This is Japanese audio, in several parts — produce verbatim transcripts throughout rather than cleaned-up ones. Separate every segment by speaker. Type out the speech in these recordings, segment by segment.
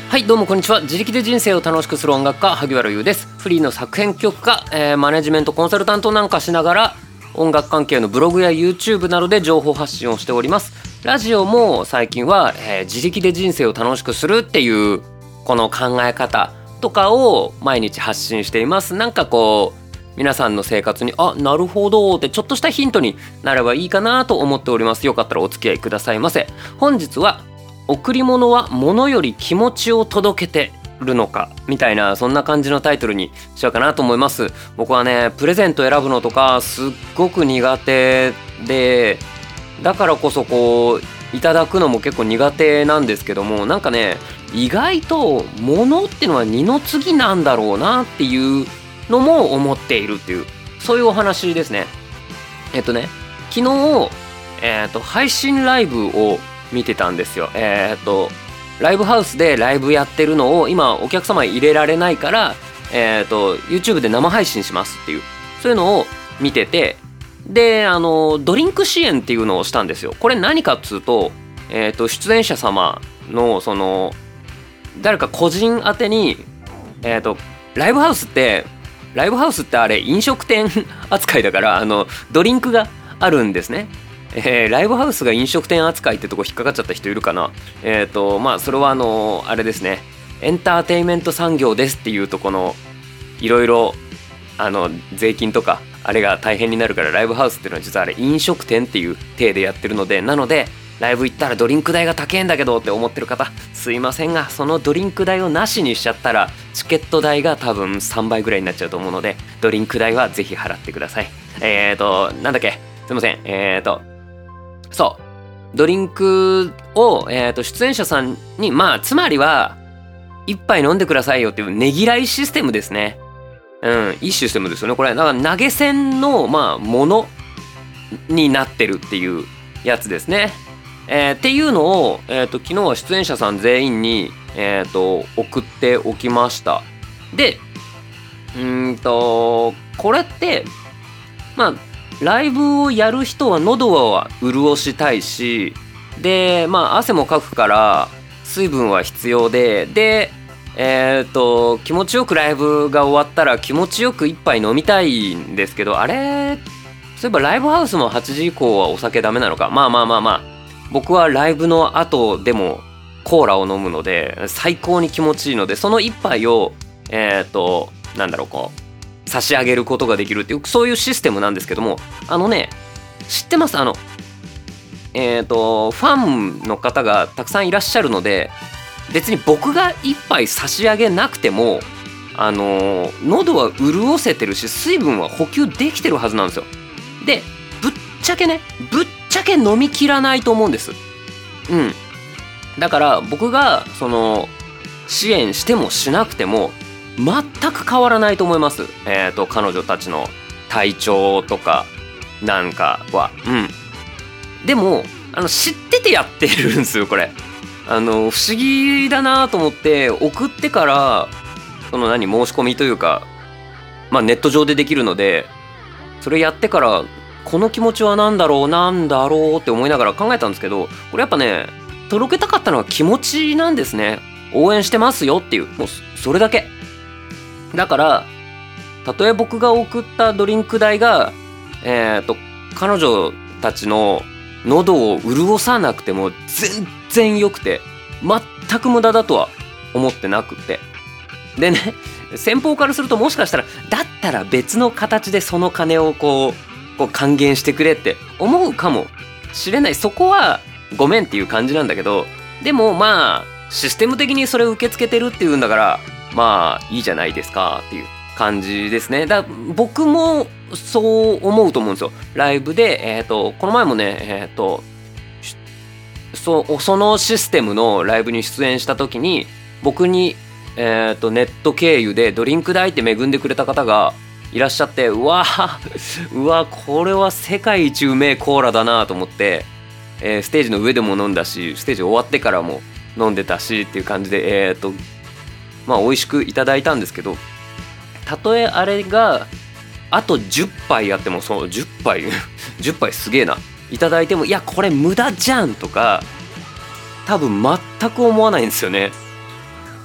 Speaker 1: はいどうもこんにちは。自力で人生を楽しくする音楽家萩原優です。フリーの作編曲家、えー、マネジメントコンサルタントなんかしながら音楽関係のブログや YouTube などで情報発信をしております。ラジオも最近は、えー、自力で人生を楽しくするっていうこの考え方とかを毎日発信しています。なんかこう皆さんの生活にあなるほどってちょっとしたヒントになればいいかなと思っております。よかったらお付き合いくださいませ。本日は贈り物は物より気持ちを届けてるのかみたいな、そんな感じのタイトルにしようかなと思います。僕はねプレゼント選ぶのとかすっごく苦手で、だからこそこういただくのも結構苦手なんですけども、なんかね意外と物っていうのは二の次なんだろうなっていうのも思っているっていう、そういうお話ですね。えっとね昨日、えっと配信ライブを見てたんですよ。えっとライブハウスでライブやってるのを今お客様入れられないから、えっと YouTube で生配信しますっていう、そういうのを見てて、であのドリンク支援っていうのをしたんですよ。これ何かっつうと、えっと出演者様のその誰か個人宛てに、えっとライブハウスってライブハウスってあれ飲食店扱いだから、あのドリンクがあるんですね。えー、ライブハウスが飲食店扱いってとこ引っかかっちゃった人いるかな。えっとまあそれはあのあれですね、エンターテインメント産業ですっていうとこのいろいろあの税金とかあれが大変になるから、ライブハウスっていうのは実はあれ飲食店っていう体でやってるので、なのでライブ行ったらドリンク代が高えんだけどって思ってる方すいませんが、そのドリンク代をなしにしちゃったらチケット代が多分さんばいぐらいになっちゃうと思うので、ドリンク代はぜひ払ってください。えっとなんだっけすいませんえっとそうドリンクを、えー、と出演者さんに、まあつまりは一杯飲んでくださいよっていうねぎらいシステムですね。うんいいシステムですよねこれ。だから投げ銭のまあものになってるっていうやつですね。えー、っていうのを、えー、と昨日は出演者さん全員に、えー、と送っておきました。でうーんとこれってまあライブをやる人は喉は潤したいし、でまあ汗もかくから水分は必要で、でえっと気持ちよくライブが終わったら気持ちよく一杯飲みたいんですけど、あれそういえばライブハウスもはちじ以降はお酒ダメなのか。まあまあまあまあ僕はライブの後でもコーラを飲むので最高に気持ちいいので、その一杯をえっとなんだろうこう差し上げることができるっていう、そういうシステムなんですけども、あのね知ってます？あのえっとファンの方がたくさんいらっしゃるので、別に僕が一杯差し上げなくてもあの喉は潤せてるし水分は補給できてるはずなんですよ。でぶっちゃけねぶっちゃけ飲みきらないと思うんです。うんだから僕がその支援してもしなくても全く変わらないと思います。えっと彼女たちの体調とかなんかは。うんでもあの知っててやってるんですよこれ。あの不思議だなと思って送ってから、その何申し込みというかまあネット上でできるので、それやってからこの気持ちは何だろうなんだろうって思いながら考えたんですけど、これやっぱね届けたかったのは気持ちなんですね。応援してますよっていう、もうそれだけだから、たとえ僕が送ったドリンク代がえっと彼女たちの喉を潤さなくても全然よくて、全く無駄だとは思ってなくて、でね先方からするともしかしたらだったら別の形でその金をこうこう還元してくれって思うかもしれない。そこはごめんっていう感じなんだけど、でもまあシステム的にそれを受け付けてるっていうんだからまあいいじゃないですかっていう感じですね。だ僕もそう思うと思うんですよ。ライブでえっとこの前もねえっとそ, そのシステムのライブに出演した時に僕にえっとネット経由でドリンク代って恵んでくれた方がいらっしゃって、うわうわこれは世界一うめえコーラだなと思って、えー、ステージの上でも飲んだしステージ終わってからも飲んでたしっていう感じでえっとまあ美味しくいただいたんですけど、たとえあれがあとじゅっぱいあっても、そうじゅっぱいじゅっぱいすげえないただいても、いやこれ無駄じゃんとか多分全く思わないんですよね。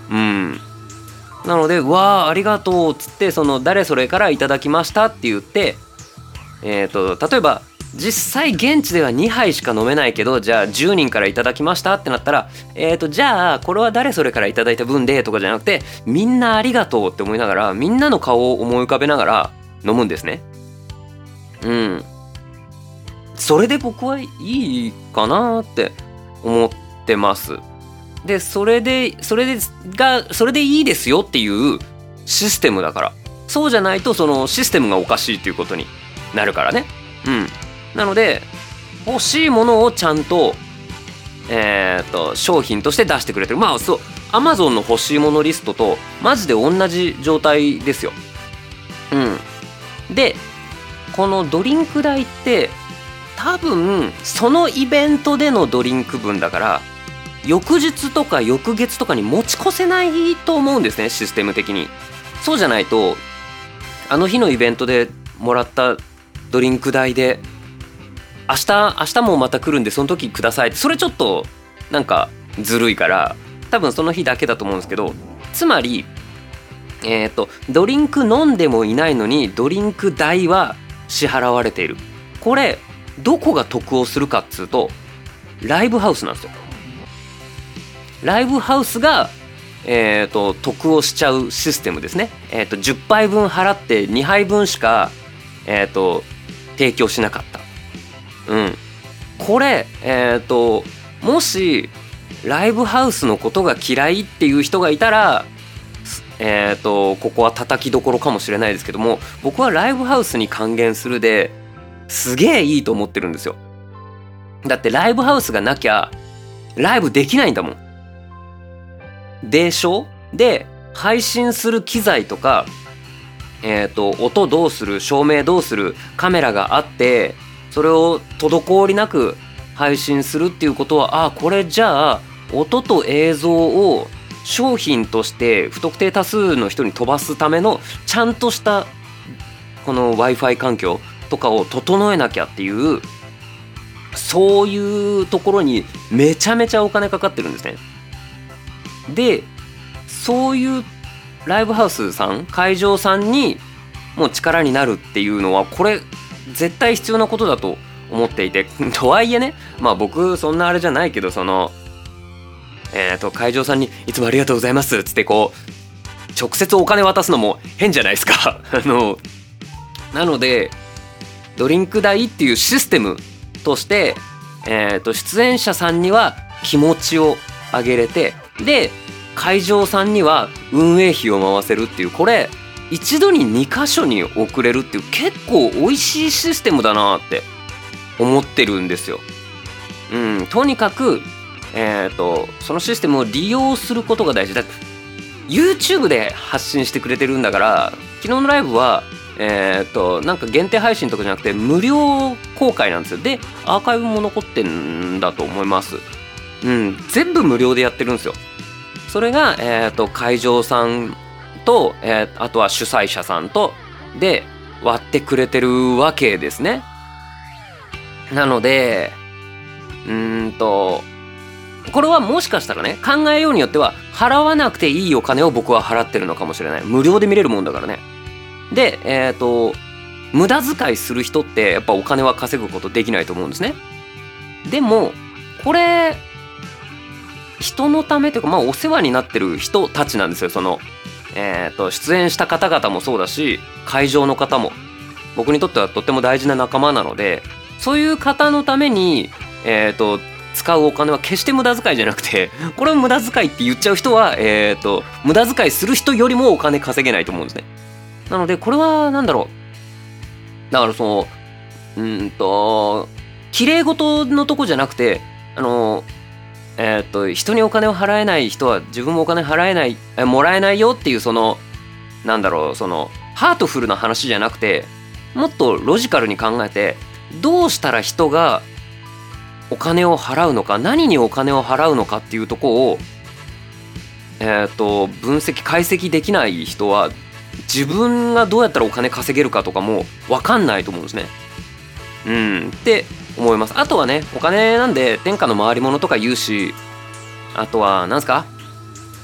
Speaker 1: うんなのでうわーありがとうっつってその誰それからいただきましたって言ってえーと例えば実際現地ではにはいしか飲めないけどじゃあじゅうにんからいただきましたってなったらえーとじゃあこれは誰それからいただいた分でとかじゃなくてみんなありがとうって思いながらみんなの顔を思い浮かべながら飲むんですね。うんそれで僕はいいかなって思ってます。でそれでそれでがそれでいいですよっていうシステムだからそうじゃないとそのシステムがおかしいっていうことになるからね。うんなので欲しいものをちゃんとえー、と商品として出してくれてるまあそう Amazon の欲しいものリストとマジで同じ状態ですよ。うんでこのドリンク代って多分そのイベントでのドリンク分だから翌日とか翌月とかに持ち越せないと思うんですねシステム的に。そうじゃないとあの日のイベントでもらったドリンク代で明日明日もまた来るんでその時くださいってそれちょっとなんかずるいから多分その日だけだと思うんですけどつまりえっとドリンク飲んでもいないのにドリンク代は支払われている。これどこが得をするかっつうとライブハウスなんですよ。ライブハウスがえー、と得をしちゃうシステムですね。えー、とじゅっぱいぶん払ってにはいぶんしか、えー、と提供しなかった。うんこれえっ、ともしライブハウスのことが嫌いっていう人がいたらえっ、とここは叩きどころかもしれないですけども僕はライブハウスに還元するですげえいいと思ってるんですよ。だってライブハウスがなきゃライブできないんだもん。でしょ。で配信する機材とかえっ、と音どうする照明どうするカメラがあってそれを滞りなく配信するっていうことはあこれじゃあ音と映像を商品として不特定多数の人に飛ばすためのちゃんとしたこの Wi-Fi 環境とかを整えなきゃっていうそういうところにめちゃめちゃお金かかってるんですね。でそういうライブハウスさん会場さんにもう力になるっていうのはこれ絶対必要なことだと思っていてとはいえねまあ僕そんなあれじゃないけどそのえっと会場さんにいつもありがとうございますっつってこう直接お金渡すのも変じゃないですかあのなのでドリンク代っていうシステムとしてえっと出演者さんには気持ちを上げれてで会場さんには運営費を回せるっていうこれ一度にに箇所に送れるっていう結構美味しいシステムだなって思ってるんですよ。うん、とにかく、えーと、そのシステムを利用することが大事だ。YouTube で発信してくれてるんだから昨日のライブは、えーと、なんか限定配信とかじゃなくて無料公開なんですよ。でアーカイブも残ってんだと思います。うん、全部無料でやってるんですよ。それが、えーと、会場さんと、えー、あとは主催者さんとで割ってくれてるわけですね。なのでうーんとこれはもしかしたらね考えようによっては払わなくていいお金を僕は払ってるのかもしれない。無料で見れるもんだからね。でえっと無駄遣いする人ってやっぱお金は稼ぐことできないと思うんですね。でもこれ人のためというかまあお世話になってる人たちなんですよ。そのえーと出演した方々もそうだし会場の方も僕にとってはとっても大事な仲間なのでそういう方のためにえーと使うお金は決して無駄遣いじゃなくてこれを無駄遣いって言っちゃう人はえーと無駄遣いする人よりもお金稼げないと思うんですね。なのでこれはなんだろうだからそのうーんと綺麗事のとこじゃなくてあのえー、っと人にお金を払えない人は自分もお金払えないえもらえないよっていうそのなんだろうそのハートフルな話じゃなくてもっとロジカルに考えてどうしたら人がお金を払うのか何にお金を払うのかっていうとこをえー、っと分析解析できない人は自分がどうやったらお金稼げるかとかも分かんないと思うんですね。うんって思います。あとはねお金なんで天下の回り物とか言うしあとはなんすか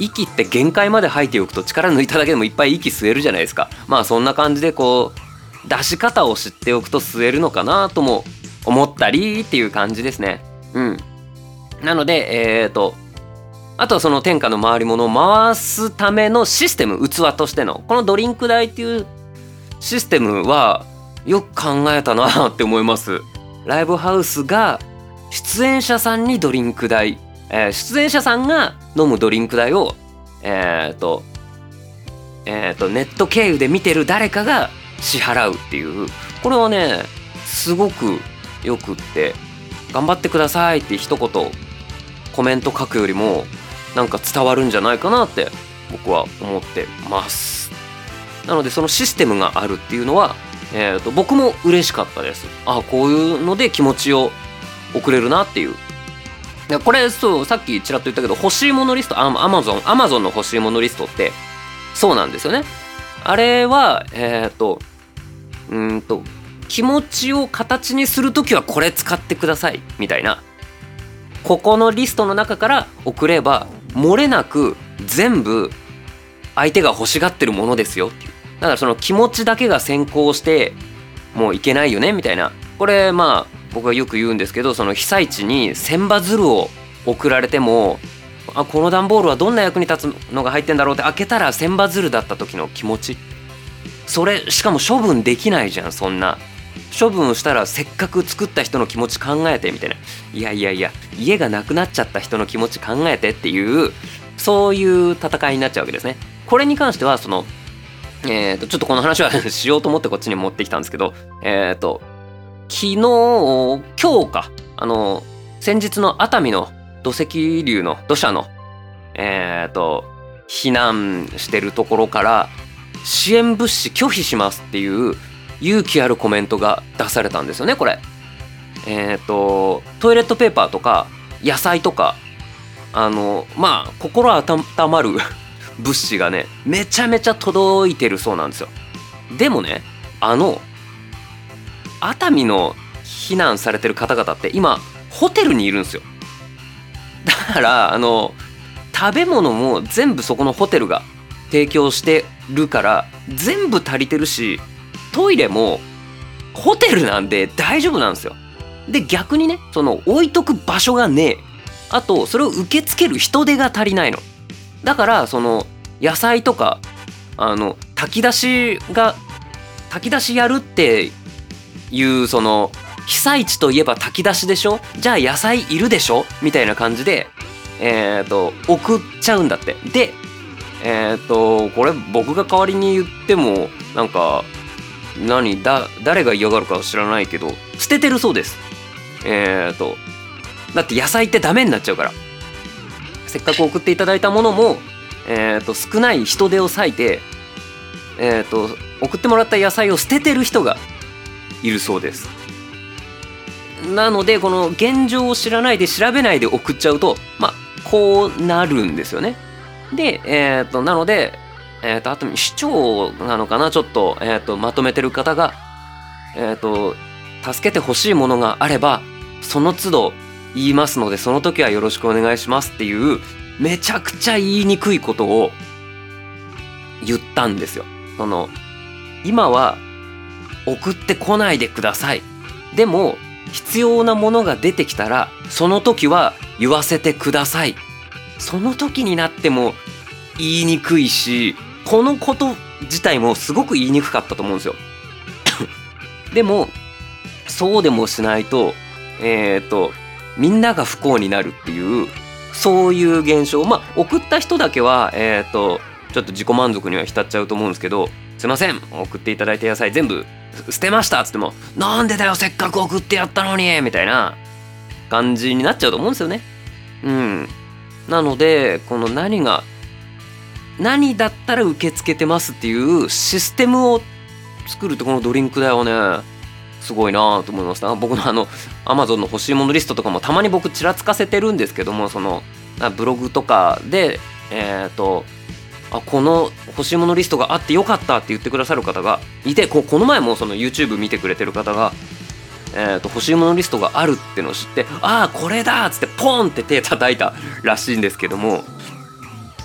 Speaker 1: 息って限界まで吐いておくと力抜いただけでもいっぱい息吸えるじゃないですか。まあそんな感じでこう出し方を知っておくと吸えるのかなとも思ったりっていう感じですね。うんなのでえっとあとはその天下の回り物を回すためのシステム、器としてのこのドリンク代っていうシステムはよく考えたなって思います。ライブハウスが出演者さんにドリンク代、えー、出演者さんが飲むドリンク代をえっとえっとネット経由で見てる誰かが支払うっていう、これはねすごくよくって、頑張ってくださいって一言コメント書くよりもなんか伝わるんじゃないかなって僕は思ってます。なのでそのシステムがあるっていうのは、えー、と僕も嬉しかったです。あ、こういうので気持ちを送れるなっていう。これそうさっきちらっと言ったけど、欲しいものリスト、アマゾンアマゾンの欲しいものリストってそうなんですよね。あれはえっ、ー、とうんと気持ちを形にするときはこれ使ってくださいみたいな、ここのリストの中から送れば漏れなく全部相手が欲しがってるものですよっていう。だからその気持ちだけが先行してもういけないよねみたいな。これまあ僕はよく言うんですけど、その被災地に千羽鶴を送られても、あ、この段ボールはどんな役に立つのが入ってんだろうって開けたら千羽鶴だった時の気持ち、それしかも処分できないじゃん。そんな処分したらせっかく作った人の気持ち考えてみたいな、いやいやいや家がなくなっちゃった人の気持ち考えてっていう、そういう戦いになっちゃうわけですね。これに関してはそのえーとちょっとこの話はしようと思ってこっちに持ってきたんですけど、えーと昨日今日かあの先日の熱海の土石流の土砂のえーと避難してるところから支援物資拒否しますっていう勇気あるコメントが出されたんですよね。これえっとトイレットペーパーとか野菜とかあのまあ心温まる物資がねめちゃめちゃ届いてるそうなんですよ。でもね、あの熱海の避難されてる方々って今ホテルにいるんですよ。だからあの食べ物も全部そこのホテルが提供してるから全部足りてるし、トイレもホテルなんで大丈夫なんですよ。で逆にね、その置いとく場所がねえ、あとそれを受け付ける人手が足りないの。だからその野菜とかあの炊き出しが炊き出しやるっていうその被災地といえば炊き出しでしょ、じゃあ野菜いるでしょみたいな感じでえっと送っちゃうんだって。でえっとこれ僕が代わりに言ってもなんか何だ誰が嫌がるか知らないけど捨ててるそうです。えっとだって野菜ってダメになっちゃうから、せっかく送っていただいたものもえっと少ない人手を割いてえっと送ってもらった野菜を捨ててる人がいるそうです。なのでこの現状を知らないで調べないで送っちゃうとまあこうなるんですよね。でえっとなのでえっとあと市長なのかな、ちょっとえっとまとめてる方がえっと助けてほしいものがあればその都度言いますのでその時はよろしくお願いしますっていうめちゃくちゃ言いにくいことを言ったんですよ。その今は送ってこないでください、でも必要なものが出てきたらその時は言わせてください。その時になっても言いにくいし、このこと自体もすごく言いにくかったと思うんですよでもそうでもしないとえっとみんなが不幸になるっていうそういう現象、まあ送った人だけはえっとちょっと自己満足には浸っちゃうと思うんですけど、すいません送っていただいた野菜全部捨てましたっつってもなんでだよせっかく送ってやったのにみたいな感じになっちゃうと思うんですよね。うんなのでこの何が何だったら受け付けてますっていうシステムを作るってこのドリンク代はねすごいなと思いました。僕のあの Amazon の欲しいものリストとかもたまに僕ちらつかせてるんですけども、そのブログとかでえっとあこの欲しいものリストがあってよかったって言ってくださる方がいて、ここの前もその YouTube 見てくれてる方がえーと欲しいものリストがあるってのを知って、ああこれだっつってポンって手叩いたらしいんですけども、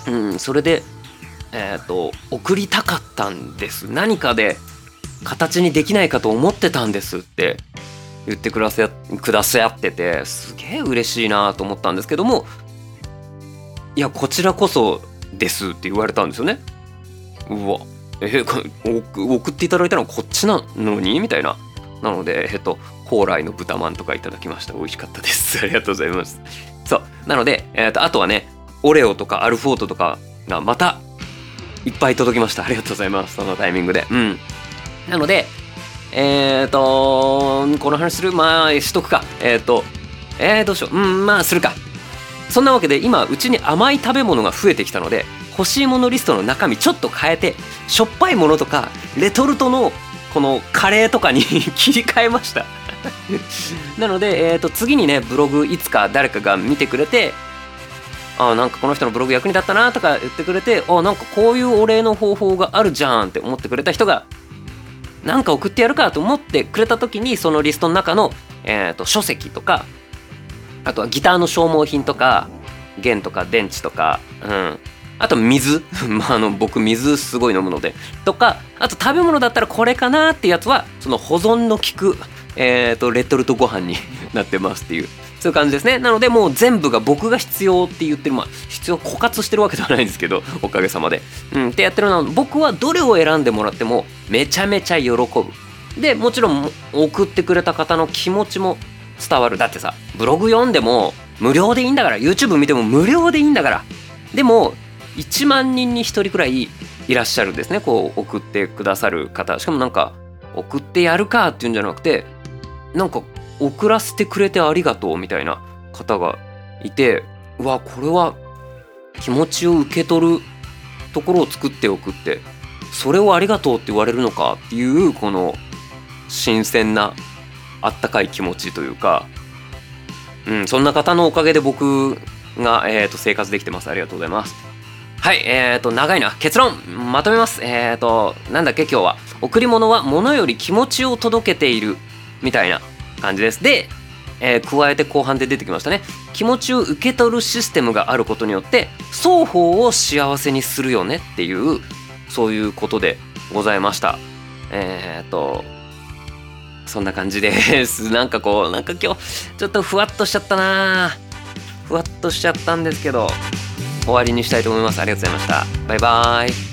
Speaker 1: うん、それでえっと送りたかったんです。何かで形にできないかと思ってたんですって言ってくださくださってて、すげえ嬉しいなと思ったんですけども、いやこちらこそですって言われたんですよね。うわ、え送っていただいたのはこっちなのにみたいな。なのでえっと蓬莱の豚まんとかいただきました。美味しかったです。ありがとうございます。そうなので、えっとあとはねオレオとかアルフォートとかがまたいっぱい届きました。ありがとうございます。そのタイミングで。うん。なのでえっとこの話するまあしとくか。えっとえー、どうしよう。うんまあするか。そんなわけで今うちに甘い食べ物が増えてきたので、欲しいものリストの中身ちょっと変えて、しょっぱいものとかレトルトのこのカレーとかに切り替えましたなので、えー、と次にねブログいつか誰かが見てくれて、あなんかこの人のブログ役に立ったなとか言ってくれて、あなんかこういうお礼の方法があるじゃんって思ってくれた人がなんか送ってやるかと思ってくれた時に、そのリストの中の、えー、と書籍とか、あとはギターの消耗品とか弦とか電池とか、うん、あと水まあ、あの僕水すごい飲むのでとか、あと食べ物だったらこれかなってやつはその保存の効く、えー、とレトルトご飯になってますっていう、そういう感じですね。なのでもう全部が僕が必要って言ってる、まあ必要枯渇してるわけではないんですけど、おかげさまで、うん、ってやってるのは、僕はどれを選んでもらってもめちゃめちゃ喜ぶ。でもちろん送ってくれた方の気持ちも伝わる。だってさブログ読んでも無料でいいんだから、 YouTube 見ても無料でいいんだから。でもいちまんにんにひとりくらいいらっしゃるんですね、こう送ってくださる方。しかもなんか送ってやるかっていうんじゃなくて、なんか送らせてくれてありがとうみたいな方がいて、うわこれは気持ちを受け取るところを作っておくって、それをありがとうって言われるのかっていう、この新鮮なあったかい気持ちというか、うん、そんな方のおかげで僕が、えー、と生活できてます。ありがとうございます。はい、えーと長いな。結論まとめます。えーとなんだっけ今日は、贈り物は物より気持ちを届けているみたいな感じです。で、えー、加えて後半で出てきましたね。気持ちを受け取るシステムがあることによって双方を幸せにするよねっていう、そういうことでございました。えーとそんな感じです。なんかこうなんか今日ちょっとふわっとしちゃったなふわっとしちゃったんですけど、終わりにしたいと思います。ありがとうございました。バイバーイ。